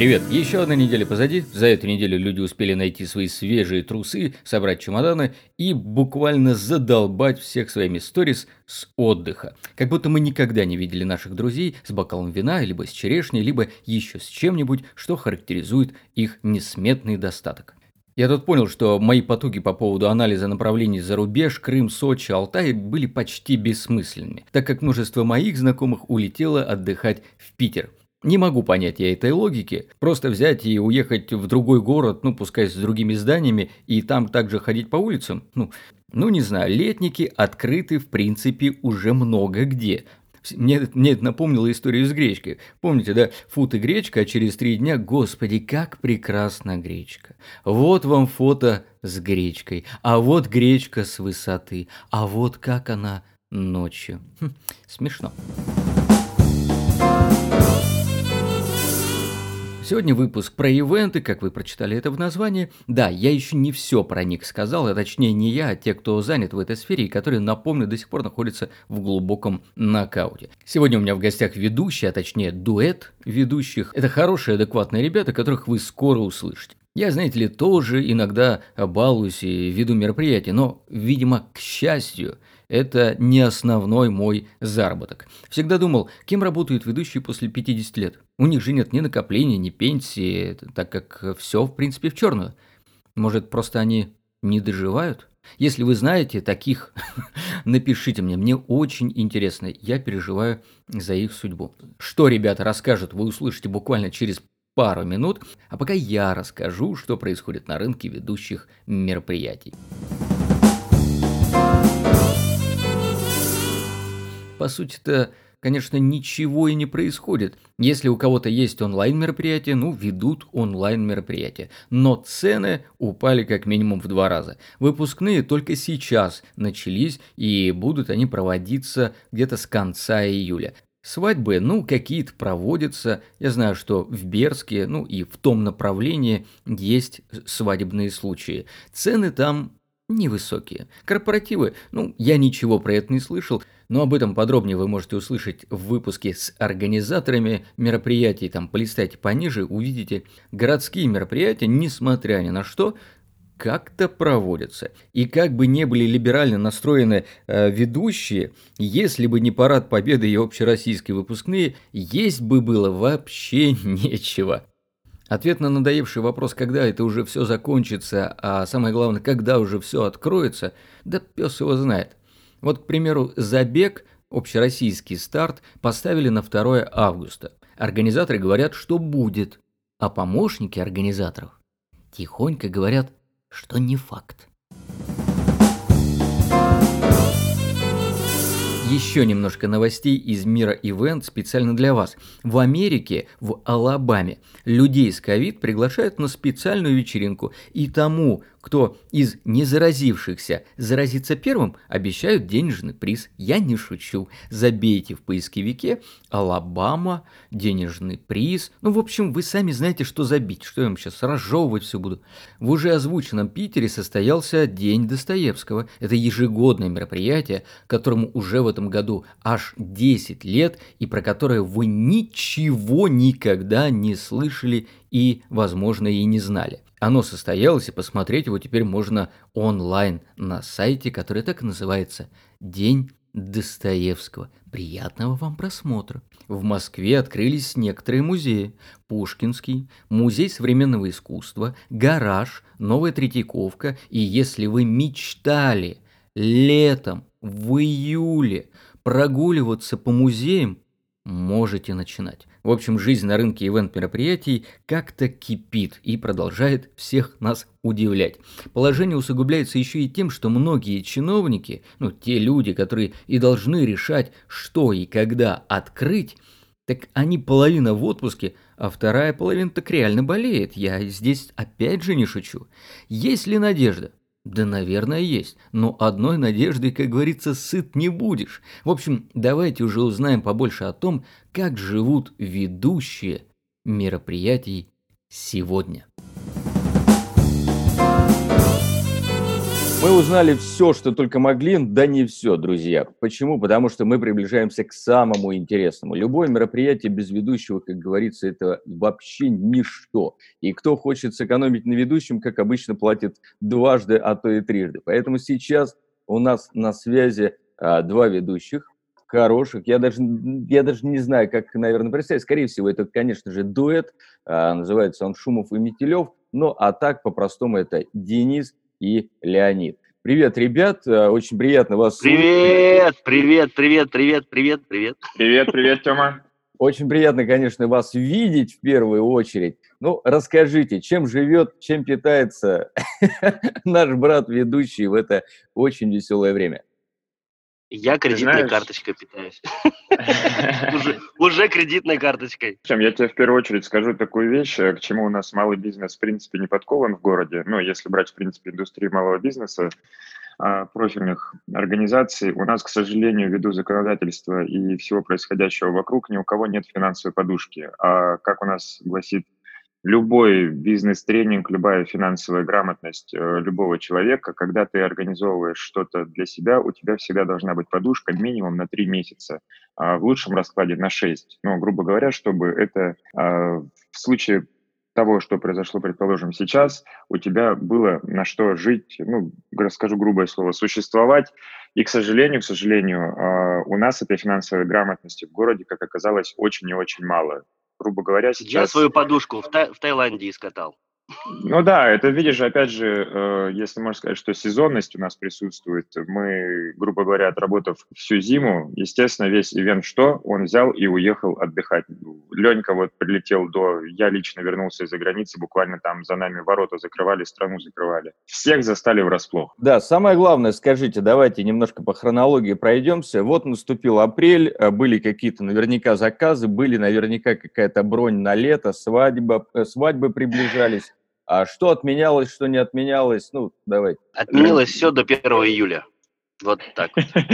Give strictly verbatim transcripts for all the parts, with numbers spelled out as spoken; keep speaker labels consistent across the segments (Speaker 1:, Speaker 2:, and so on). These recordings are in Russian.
Speaker 1: Привет! Еще одна неделя позади. За эту неделю люди успели найти свои свежие трусы, собрать чемоданы и буквально задолбать всех своими сторис с отдыха. Как будто мы никогда не видели наших друзей с бокалом вина, либо с черешней, либо еще с чем-нибудь, что характеризует их несметный достаток. Я тут понял, что мои потуги по поводу анализа направлений за рубеж, Крым, Сочи, Алтай были почти бессмысленными, так как множество моих знакомых улетело отдыхать в Питер. Не могу понять я этой логики, просто взять и уехать в другой город, ну пускай с другими зданиями, и там также ходить по улицам, ну, ну не знаю, летники открыты в принципе уже много где. Мне, мне это напомнило историю с гречкой. Помните, да? Фут и гречка, а через три дня, господи, как прекрасна гречка. Вот вам фото с гречкой, а вот гречка с высоты, а вот как она ночью. Хм, смешно. Сегодня выпуск про ивенты, как вы прочитали это в названии. Да, я еще не все про них сказал, а точнее не я, а те, кто занят в этой сфере и которые, напомню, до сих пор находятся в глубоком нокауте. Сегодня у меня в гостях ведущий, а точнее дуэт ведущих. Это хорошие, адекватные ребята, которых вы скоро услышите. Я, знаете ли, тоже иногда балуюсь и веду мероприятия, но, видимо, к счастью, это не основной мой заработок. Всегда думал, кем работают ведущие после пятидесяти лет. У них же нет ни накопления, ни пенсии, так как все, в принципе, в черную. Может, просто они не доживают? Если вы знаете таких, напишите мне, мне очень интересно, я переживаю за их судьбу. Что ребята расскажут, вы услышите буквально через пару минут, а пока я расскажу, что происходит на рынке ведущих мероприятий. По сути-то, конечно, ничего и не происходит. Если у кого-то есть онлайн-мероприятие, ну, ведут онлайн-мероприятие. Но цены упали как минимум в два раза. Выпускные только сейчас начались, и будут они проводиться где-то с конца июля. Свадьбы, ну, какие-то проводятся. Я знаю, что в Бердске, ну, и в том направлении есть свадебные случаи. Цены там невысокие. Корпоративы, ну, я ничего про это не слышал, но об этом подробнее вы можете услышать в выпуске с организаторами мероприятий. Там полистайте пониже, увидите. Городские мероприятия, несмотря ни на что, как-то проводятся. И как бы не были либерально настроены э, ведущие, если бы не парад Победы и общероссийские выпускные, есть бы было вообще нечего. Ответ на надоевший вопрос, когда это уже все закончится, а самое главное, когда уже все откроется, да пес его знает. Вот, к примеру, забег, общероссийский старт, поставили на второе августа. Организаторы говорят, что будет, а помощники организаторов тихонько говорят, что не факт. Еще немножко новостей из мира ивент специально для вас. В Америке, в Алабаме, людей с ковид приглашают на специальную вечеринку, и тому, кто из незаразившихся заразится первым, обещают денежный приз. Я не шучу. Забейте в поисковике «Алабама», денежный приз. Ну, в общем, вы сами знаете, что забить, что я вам сейчас разжевывать все буду. В уже озвученном Питере состоялся День Достоевского. Это ежегодное мероприятие, которому уже в этом году аж десять лет, и про которое вы ничего никогда не слышали и, возможно, и не знали. Оно состоялось, и посмотреть его теперь можно онлайн на сайте, который так и называется «День Достоевского». Приятного вам просмотра. В Москве открылись некоторые музеи. Пушкинский, Музей современного искусства, Гараж, Новая Третьяковка. И если вы мечтали летом, в июле прогуливаться по музеям, можете начинать. В общем, жизнь на рынке ивент-мероприятий как-то кипит и продолжает всех нас удивлять. Положение усугубляется еще и тем, что многие чиновники, ну, те люди, которые и должны решать, что и когда открыть, так они половина в отпуске, а вторая половина так реально болеет. Я здесь опять же не шучу. Есть ли надежда? Да, наверное, есть, но одной надеждой, как говорится, сыт не будешь. В общем, давайте уже узнаем побольше о том, как живут ведущие мероприятий сегодня. Мы узнали все, что только могли, да не все, друзья. Почему? Потому что мы приближаемся к самому интересному. Любое мероприятие без ведущего, как говорится, это вообще ничто. И кто хочет сэкономить на ведущем, как обычно, платит дважды, а то и трижды. Поэтому сейчас у нас на связи а, два ведущих, хороших. Я даже, я даже не знаю, как, наверное, представить. Скорее всего, это, конечно же, дуэт. А, называется он «Шумов и Метелев». Ну, а так, по-простому, это Денис и Леонид. Привет, ребят, э, очень приятно вас слышать.
Speaker 2: Привет, привет, привет, привет, привет, привет.
Speaker 3: Привет, привет, Тёма.
Speaker 1: Очень приятно, конечно, вас видеть в первую очередь. Ну, расскажите, чем живет, чем питается наш брат-ведущий в это очень веселое время?
Speaker 2: Я кредитной
Speaker 3: знаешь-
Speaker 2: карточкой питаюсь. Уже, уже кредитной карточкой.
Speaker 3: Чем я тебе в первую очередь скажу такую вещь, э, к чему у нас малый бизнес в принципе не подкован в городе. Ну, если брать в принципе индустрию малого бизнеса, а, профильных организаций, у нас, к сожалению, ввиду законодательства и всего происходящего вокруг, ни у кого нет финансовой подушки. А как у нас гласит любой бизнес-тренинг, любая финансовая грамотность э, любого человека, когда ты организовываешь что-то для себя, у тебя всегда должна быть подушка минимум на три месяца, а в лучшем раскладе на шесть. Ну, грубо говоря, чтобы это а, в случае того, что произошло, предположим, сейчас, у тебя было на что жить, ну, расскажу грубое слово, существовать. И, к сожалению, к сожалению, а, у нас этой финансовой грамотности в городе, как оказалось, очень и очень мало. Грубо говоря,
Speaker 2: Я
Speaker 3: сейчас...
Speaker 2: свою подушку в, Та- в Таиланде искатал.
Speaker 3: Ну да, это видишь, опять же, э, если можно сказать, что сезонность у нас присутствует, мы, грубо говоря, отработав всю зиму, естественно, весь ивент что? Он взял и уехал отдыхать. Ленька вот прилетел до... Я лично вернулся из-за границы, буквально там за нами ворота закрывали, страну закрывали. Всех застали врасплох.
Speaker 1: Да, самое главное, скажите, давайте немножко по хронологии пройдемся. Вот наступил апрель, э, были какие-то наверняка заказы, были наверняка какая-то бронь на лето, свадьба, э, свадьбы приближались. А что отменялось, что не отменялось? Ну, давайте.
Speaker 2: Отменилось все до первого июля. Вот так.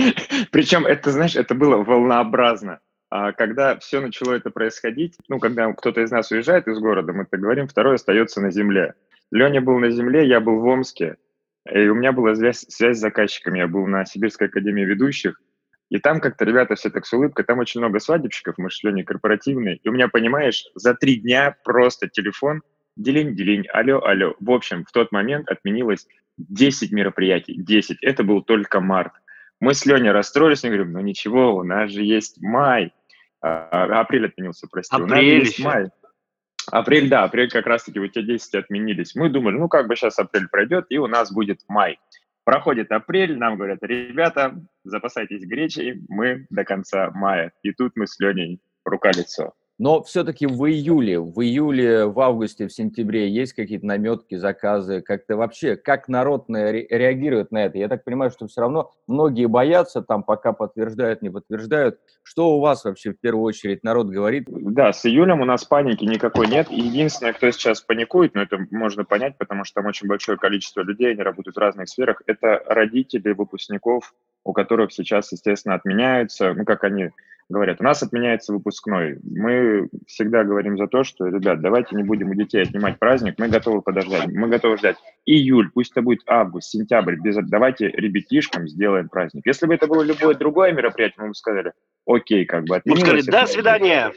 Speaker 3: Причем это, знаешь, это было волнообразно. А когда все начало это происходить, ну, когда кто-то из нас уезжает из города, мы так говорим, второй остается на земле. Леня был на земле, я был в Омске, и у меня была связь, связь с заказчиками. Я был на Сибирской академии ведущих, и там как-то ребята все так с улыбкой, там очень много свадебщиков, мы с Леней корпоративные, и у меня, понимаешь, за три дня просто телефон, делень-делень, алло, алло. В общем, в тот момент отменилось десять мероприятий, десять. Это был только март. Мы с Леней расстроились, и говорим, ну ничего, у нас же есть май. А, апрель отменился, прости.
Speaker 2: Апрель
Speaker 3: у нас же есть
Speaker 2: еще.
Speaker 3: май. Апрель, да, апрель как раз-таки у тебя десять отменились. Мы думали, ну как бы сейчас апрель пройдет, и у нас будет май. Проходит апрель, нам говорят, ребята, запасайтесь гречей, мы до конца мая. И тут мы с Леней рука-лицо.
Speaker 1: Но все-таки в июле, в июле, в августе, в сентябре есть какие-то наметки, заказы? Как-то вообще, как народ на- ре- реагирует на это? Я так понимаю, что все равно многие боятся, там пока подтверждают, не подтверждают. Что у вас вообще в первую очередь народ говорит?
Speaker 3: Да, с июлем у нас паники никакой нет. И единственное, кто сейчас паникует, но это можно понять, потому что там очень большое количество людей, они работают в разных сферах, это родители выпускников, у которых сейчас, естественно, отменяются, ну, как они говорят, у нас отменяется выпускной. Мы всегда говорим за то, что, ребят, давайте не будем у детей отнимать праздник, мы готовы подождать, мы готовы ждать июль, пусть это будет август, сентябрь, без... давайте ребятишкам сделаем праздник. Если бы это было любое другое мероприятие, мы бы сказали, окей, как бы
Speaker 2: Мы
Speaker 3: отменилось.
Speaker 2: сказали, до свидания.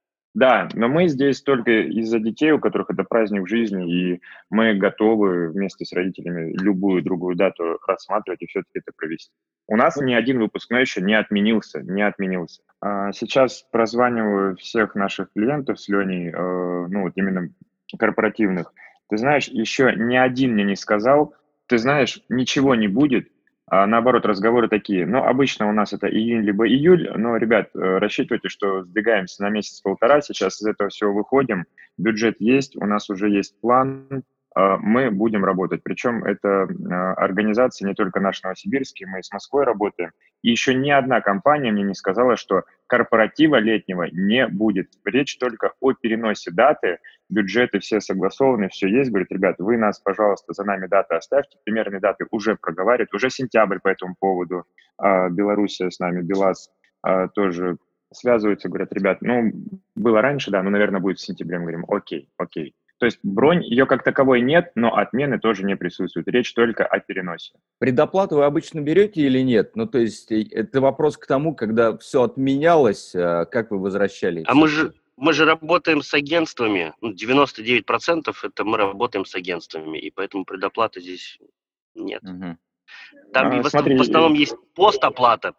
Speaker 3: Да, но мы здесь только из-за детей, у которых это праздник в жизни, и мы готовы вместе с родителями любую другую дату рассматривать и все-таки это провести. У нас ни один выпускной еще не отменился, не отменился. А сейчас прозваниваю всех наших клиентов с Леней, э, ну вот именно корпоративных. Ты знаешь, еще ни один мне не сказал, ты знаешь, ничего не будет, а наоборот, разговоры такие. Ну, обычно у нас это июнь либо июль, но, ребят, э, рассчитывайте, что сдвигаемся на месяц-полтора, сейчас из этого всего выходим, бюджет есть, у нас уже есть план, э, мы будем работать. Причем это э, организация не только наш новосибирский, мы и с Москвой работаем. И еще ни одна компания мне не сказала, что корпоратива летнего не будет. Речь только о переносе даты, бюджеты все согласованы, все есть. Говорит, ребят, вы нас, пожалуйста, за нами даты оставьте. Примерные даты уже проговаривают. Уже сентябрь по этому поводу. А, Белоруссия с нами, БелАЗ а, тоже связываются. Говорят, ребят, ну, было раньше, да, но, наверное, будет в сентябре. Мы говорим, окей, окей. То есть бронь, ее как таковой нет, но отмены тоже не присутствует. Речь только о переносе.
Speaker 1: Предоплату вы обычно берете или нет? Ну, то есть э, это вопрос к тому, когда все отменялось, а как вы возвращали
Speaker 2: А
Speaker 1: эти
Speaker 2: мы
Speaker 1: деньги?
Speaker 2: же, мы же работаем с агентствами. Ну, девяносто девять процентов это мы работаем с агентствами, и поэтому предоплаты здесь нет.
Speaker 1: Мгм.
Speaker 2: Там и
Speaker 3: А,
Speaker 2: в основ- в
Speaker 3: Смотри,
Speaker 2: основном есть постоплата.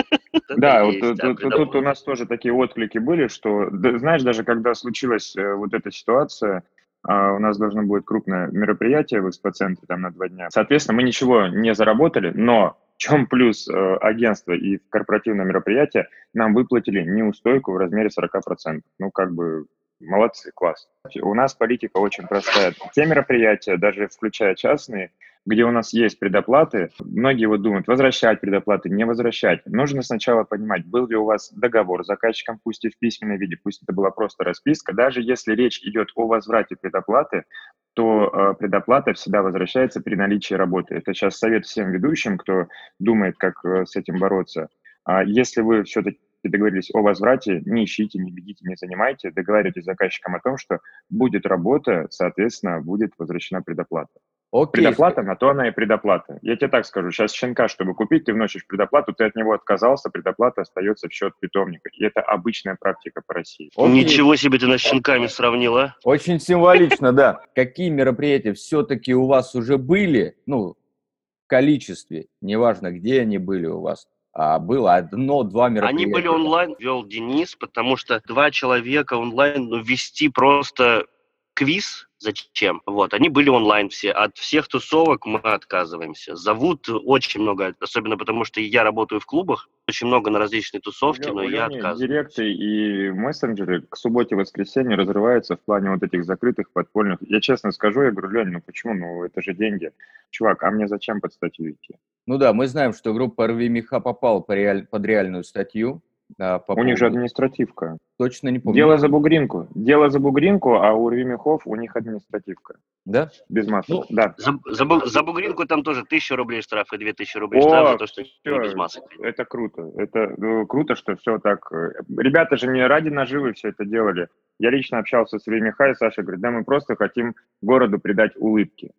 Speaker 2: Это
Speaker 3: да, вот
Speaker 2: есть,
Speaker 3: тут,
Speaker 2: а
Speaker 3: тут- тут у
Speaker 2: предоплата.
Speaker 3: нас тоже такие отклики были, что, да, знаешь, даже когда случилась э, вот эта ситуация, а, у нас должно будет крупное мероприятие в экспоцентре там на два дня. Соответственно, мы ничего не заработали, но в чем плюс э, агентства и в корпоративное мероприятие, нам выплатили неустойку в размере сорок процентов. Ну, как бы, молодцы, класс. У нас политика очень простая. Те мероприятия, даже включая частные, где у нас есть предоплаты, многие вот думают, возвращать предоплаты, не возвращать. Нужно сначала понимать, был ли у вас договор с заказчиком, пусть и в письменном виде, пусть это была просто расписка. Даже если речь идет о возврате предоплаты, то э, предоплата всегда возвращается при наличии работы. Это сейчас совет всем ведущим, кто думает, как э, с этим бороться. А если вы все-таки договорились о возврате, не ищите, не бегите, не занимайте, договаривайтесь с заказчиком о том, что будет работа, соответственно, будет возвращена предоплата.
Speaker 1: Окей,
Speaker 3: Предоплата, на то она и предоплата. Я тебе так скажу, сейчас щенка, чтобы купить, ты вносишь предоплату, ты от него отказался, предоплата остается в счет питомника. И это обычная практика по России.
Speaker 1: окей.
Speaker 2: Ничего себе ты нас с щенками сравнила.
Speaker 1: Очень символично, да. Какие мероприятия все-таки у вас уже были, ну, в количестве, неважно, где они были у вас, а было одно-два
Speaker 2: Они были
Speaker 1: мероприятия.
Speaker 2: онлайн, вел Денис, потому что два человека онлайн, ну, вести просто квиз зачем? Вот, они были онлайн все. От всех тусовок мы отказываемся. Зовут очень много, особенно потому что я работаю в клубах, очень много на различные тусовки,
Speaker 3: У
Speaker 2: но
Speaker 3: Лё- у
Speaker 2: я
Speaker 3: Лёни
Speaker 2: отказываюсь.
Speaker 3: директы и мессенджеры к субботе-воскресенье разрываются в плане вот этих закрытых подпольных. Я честно скажу, я говорю, Лёнь, ну почему? Ну это же деньги. Чувак, а мне зачем под статью идти?
Speaker 1: Ну да, мы знаем, что группа «Рви меха» попала по реаль- под реальную статью, а, по
Speaker 3: У них же
Speaker 1: поводу...
Speaker 3: административка.
Speaker 1: Точно не помню.
Speaker 3: Дело
Speaker 1: Ну,
Speaker 3: за бугринку. Дело за бугринку, а у Рвимихов у них административка.
Speaker 1: да?
Speaker 3: Без масок.
Speaker 1: Ну,
Speaker 3: Да.
Speaker 2: За, за, бу- за бугринку там тоже тысяча рублей штраф и две тысячи рублей штраф за
Speaker 3: О,
Speaker 2: то, что не
Speaker 3: все,
Speaker 2: без масок.
Speaker 3: это круто. Это ну, круто, что все так. э, Ребята же не ради наживы все это делали. Я лично общался с Рвимиха, и Саша говорит, да мы просто хотим городу придать улыбки.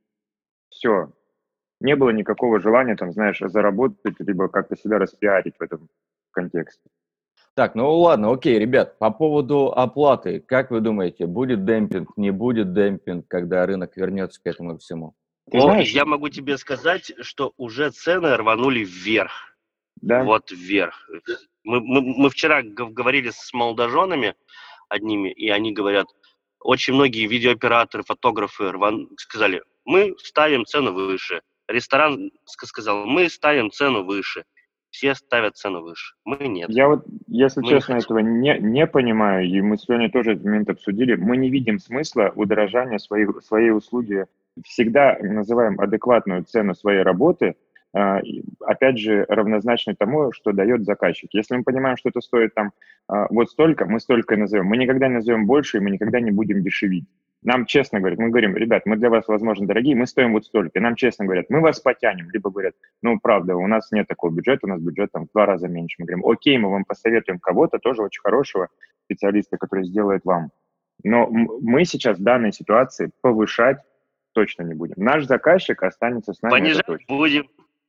Speaker 3: Все. Не было никакого желания, там, знаешь, заработать, либо как-то себя распиарить в этом контексте.
Speaker 1: так, ну ладно, окей, ребят, по поводу оплаты, как вы думаете, будет демпинг, не будет демпинг, когда рынок вернется к этому всему?
Speaker 3: Ты
Speaker 2: О,
Speaker 3: знаешь,
Speaker 2: я могу тебе сказать, что уже цены рванули вверх.
Speaker 3: да,
Speaker 2: Вот вверх. Мы, мы, мы вчера г- говорили с молодоженами одними, и они говорят, очень многие видеооператоры, фотографы рван... сказали, мы ставим цену выше. Ресторан ск- сказал, мы ставим цену выше. Все ставят цену выше. Мы нет.
Speaker 3: я вот, если
Speaker 2: Мы не
Speaker 3: честно,
Speaker 2: хотим.
Speaker 3: этого не, не понимаю, и мы сегодня тоже этот момент обсудили, мы не видим смысла удорожания своей, своей услуги. Всегда называем адекватную цену своей работы, а, и, опять же, равнозначной тому, что дает заказчик. Если мы понимаем, что это стоит там а, вот столько, мы столько и назовем. Мы никогда не назовем больше, и мы никогда не будем дешевить. Нам честно говорят, мы говорим, ребят, мы для вас, возможно, дорогие, мы стоим вот столько. И нам честно говорят, мы вас потянем. Либо говорят, ну, правда, у нас нет такого бюджета, у нас бюджет там в два раза меньше. Мы говорим, окей, мы вам посоветуем кого-то, тоже очень хорошего специалиста, который сделает вам. Но м- мы сейчас в данной ситуации повышать точно не будем. Наш заказчик останется с нами, это
Speaker 2: Понижать
Speaker 3: точно.
Speaker 2: будем.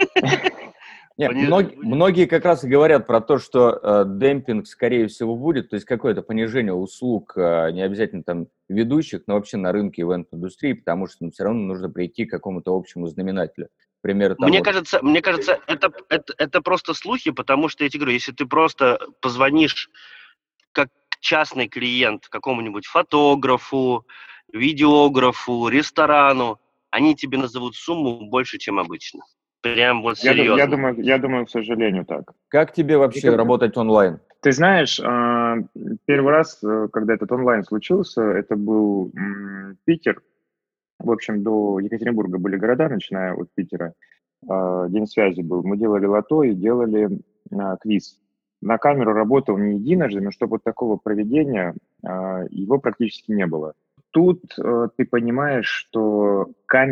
Speaker 1: Нет,
Speaker 2: Понижать
Speaker 1: мног-
Speaker 2: будем.
Speaker 1: многие как раз и говорят про то, что э, демпинг, скорее всего, будет, то есть какое-то понижение услуг, э, не обязательно там ведущих, но вообще на рынке ивент-индустрии, потому что ну, все равно нужно прийти к какому-то общему знаменателю. К примеру, там
Speaker 2: Мне
Speaker 1: вот-
Speaker 2: кажется, мне кажется, это, это, это просто слухи, потому что я тебе говорю, если ты просто позвонишь как частный клиент какому-нибудь фотографу, видеографу, ресторану, они тебе назовут сумму больше, чем обычно. Прям вот
Speaker 3: Я, ду-
Speaker 2: серьезно.
Speaker 3: я думаю, я думаю, к сожалению, так.
Speaker 1: как тебе вообще
Speaker 3: Никогда.
Speaker 1: работать онлайн?
Speaker 3: Ты знаешь, а, первый раз, э, когда этот онлайн случился, это был м, Питер. В общем, до Екатеринбурга были города, начиная от Питера. А, День связи был. Мы делали лото и делали а, квиз. На камеру работал не единожды, но чтобы вот такого проведения а, его практически не было. Тут э, ты понимаешь, что камера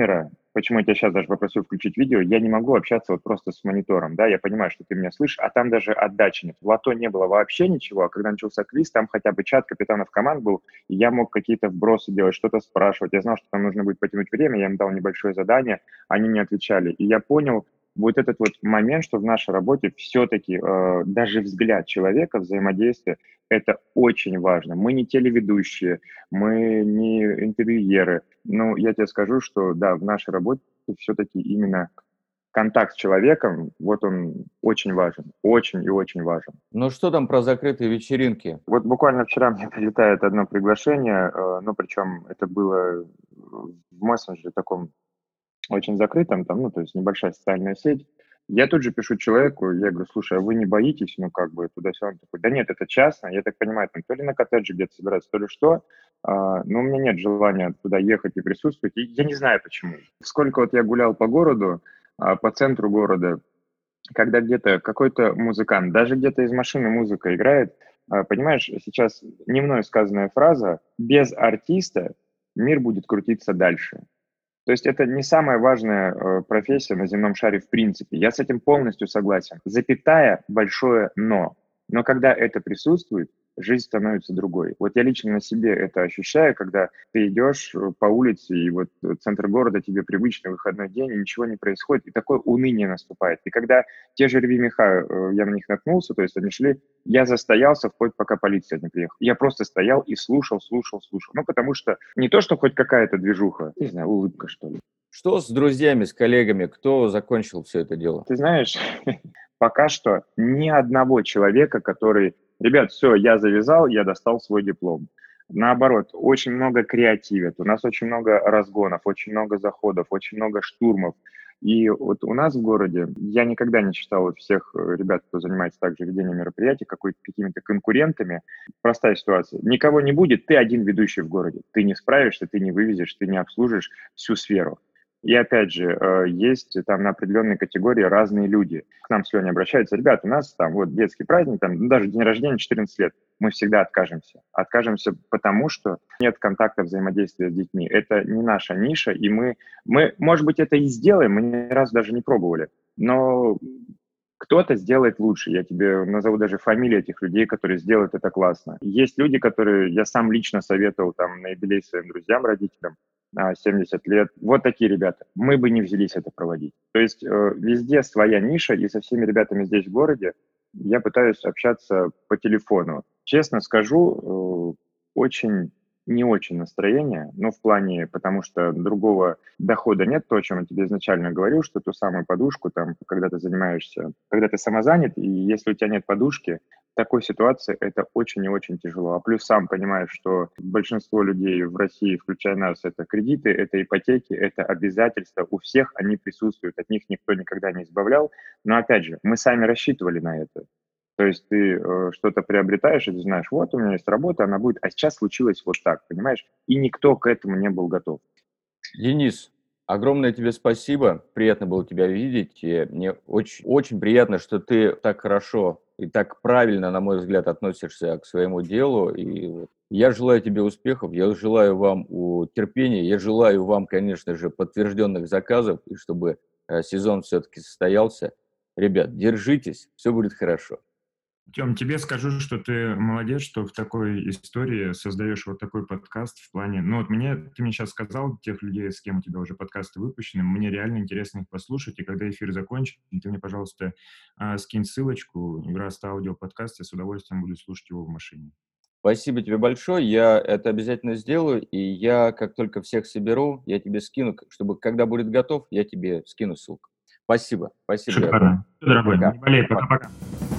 Speaker 3: почему я тебя сейчас даже попросил включить видео, я не могу общаться вот просто с монитором, да, я понимаю, что ты меня слышишь, а там даже отдачи нет. В лото не было вообще ничего, а когда начался квиз, там хотя бы чат капитанов команд был, и я мог какие-то вбросы делать, что-то спрашивать, я знал, что там нужно будет потянуть время, я им дал небольшое задание, они не отвечали, и я понял вот этот вот момент, что в нашей работе все-таки э, даже взгляд человека, взаимодействие, это очень важно. Мы не телеведущие, мы не интервьюеры. Ну, я тебе скажу, что да, в нашей работе все-таки именно контакт с человеком, вот он очень важен, очень и очень важен.
Speaker 1: Ну что там про закрытые вечеринки?
Speaker 3: Вот буквально вчера мне прилетает одно приглашение, э, ну, причем это было в мессенджере таком очень закрытом, там, ну, то есть небольшая социальная сеть. Я тут же пишу человеку, я говорю, слушай, а вы не боитесь, ну, как бы, туда-сюда? Он такой, да нет, это частно, я так понимаю, там, то ли на коттедже где-то собираться, то ли что, а, но у меня нет желания туда ехать и присутствовать, и я не знаю почему. Сколько вот я гулял по городу, а, по центру города, когда где-то какой-то музыкант, даже где-то из машины музыка играет, а, понимаешь, сейчас не мной сказанная фраза, без артиста мир будет крутиться дальше. То есть это не самая важная э, профессия на земном шаре в принципе. Я с этим полностью согласен. Запятая большое «но». Но когда это присутствует, жизнь становится другой. Вот я лично на себе это ощущаю, когда ты идешь по улице, и вот центр города тебе привычный выходной день, и ничего не происходит, и такое уныние наступает. И когда те же рви меха, э, я на них наткнулся, то есть они шли, я застоялся вплоть пока полиция не приехала. Я просто стоял и слушал, слушал, слушал. Ну, потому что не то, что хоть какая-то движуха, не знаю, улыбка, что ли.
Speaker 1: Что с друзьями, с коллегами? Кто закончил все это дело?
Speaker 3: Ты знаешь, пока что ни одного человека, который, ребят, все, я завязал, я достал свой диплом. Наоборот, очень много креативят, у нас очень много разгонов, очень много заходов, очень много штурмов. И вот у нас в городе, я никогда не считал всех ребят, кто занимается также ведением мероприятий, какими-то конкурентами. Простая ситуация. Никого не будет, ты один ведущий в городе. Ты не справишься, ты не вывезешь, ты не обслужишь всю сферу. И опять же, есть там на определенной категории разные люди. К нам с Леней обращаются, ребят, у нас там вот детский праздник, там ну, даже день рождения четырнадцать лет, мы всегда откажемся. Откажемся потому, что нет контакта, взаимодействия с детьми. Это не наша ниша, и мы, мы, может быть, это и сделаем, мы ни разу даже не пробовали, но кто-то сделает лучше. Я тебе назову даже фамилии этих людей, которые сделают это классно. Есть люди, которые я сам лично советовал там на юбилей своим друзьям, родителям, семьдесят лет. Вот такие ребята. Мы бы не взялись это проводить. То есть э, везде своя ниша, и со всеми ребятами здесь в городе я пытаюсь общаться по телефону. Честно скажу, э, очень не очень настроение, ну, в плане, потому что другого дохода нет, то, о чем я тебе изначально говорил, что ту самую подушку, там, когда ты занимаешься, когда ты самозанят, и если у тебя нет подушки, в такой ситуации это очень и очень тяжело. А плюс сам понимаешь, что большинство людей в России, включая нас, это кредиты, это ипотеки, это обязательства, у всех они присутствуют, от них никто никогда не избавлял, но опять же, мы сами рассчитывали на это. То есть ты э, что-то приобретаешь, и ты знаешь, вот у меня есть работа, она будет, а сейчас случилось вот так, понимаешь? И никто к этому не был готов.
Speaker 1: Денис, огромное тебе спасибо, приятно было тебя видеть, и мне очень, очень приятно, что ты так хорошо и так правильно, на мой взгляд, относишься к своему делу, и я желаю тебе успехов, я желаю вам терпения, я желаю вам, конечно же, подтвержденных заказов, и чтобы сезон все-таки состоялся. Ребят, держитесь, все будет хорошо.
Speaker 4: Тём, тебе скажу, что ты молодец, что в такой истории создаешь вот такой подкаст в плане... Ну вот мне, ты мне сейчас сказал, тех людей, с кем у тебя уже подкасты выпущены, мне реально интересно их послушать, и когда эфир закончится, ты мне, пожалуйста, скинь ссылочку, Играста аудио подкаст, я с удовольствием буду слушать его в машине.
Speaker 1: Спасибо тебе большое, я это обязательно сделаю, и я, как только всех соберу, я тебе скину, чтобы, когда будет готов, я тебе скину ссылку. Спасибо, спасибо.
Speaker 4: Шикарно. Дорогой,
Speaker 1: пока.
Speaker 4: Не болей, пока-пока.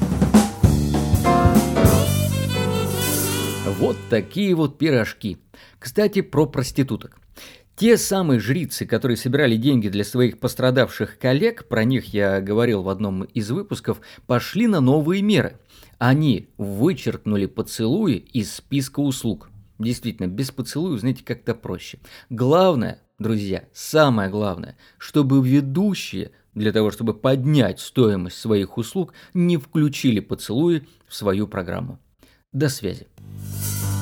Speaker 1: Вот такие вот пирожки. Кстати, про проституток. Те самые жрицы, которые собирали деньги для своих пострадавших коллег, про них я говорил в одном из выпусков, пошли на новые меры. Они вычеркнули поцелуи из списка услуг. Действительно, без поцелуев, знаете, как-то проще. Главное, друзья, самое главное, чтобы ведущие, для того, чтобы поднять стоимость своих услуг, не включили поцелуи в свою программу. До связи.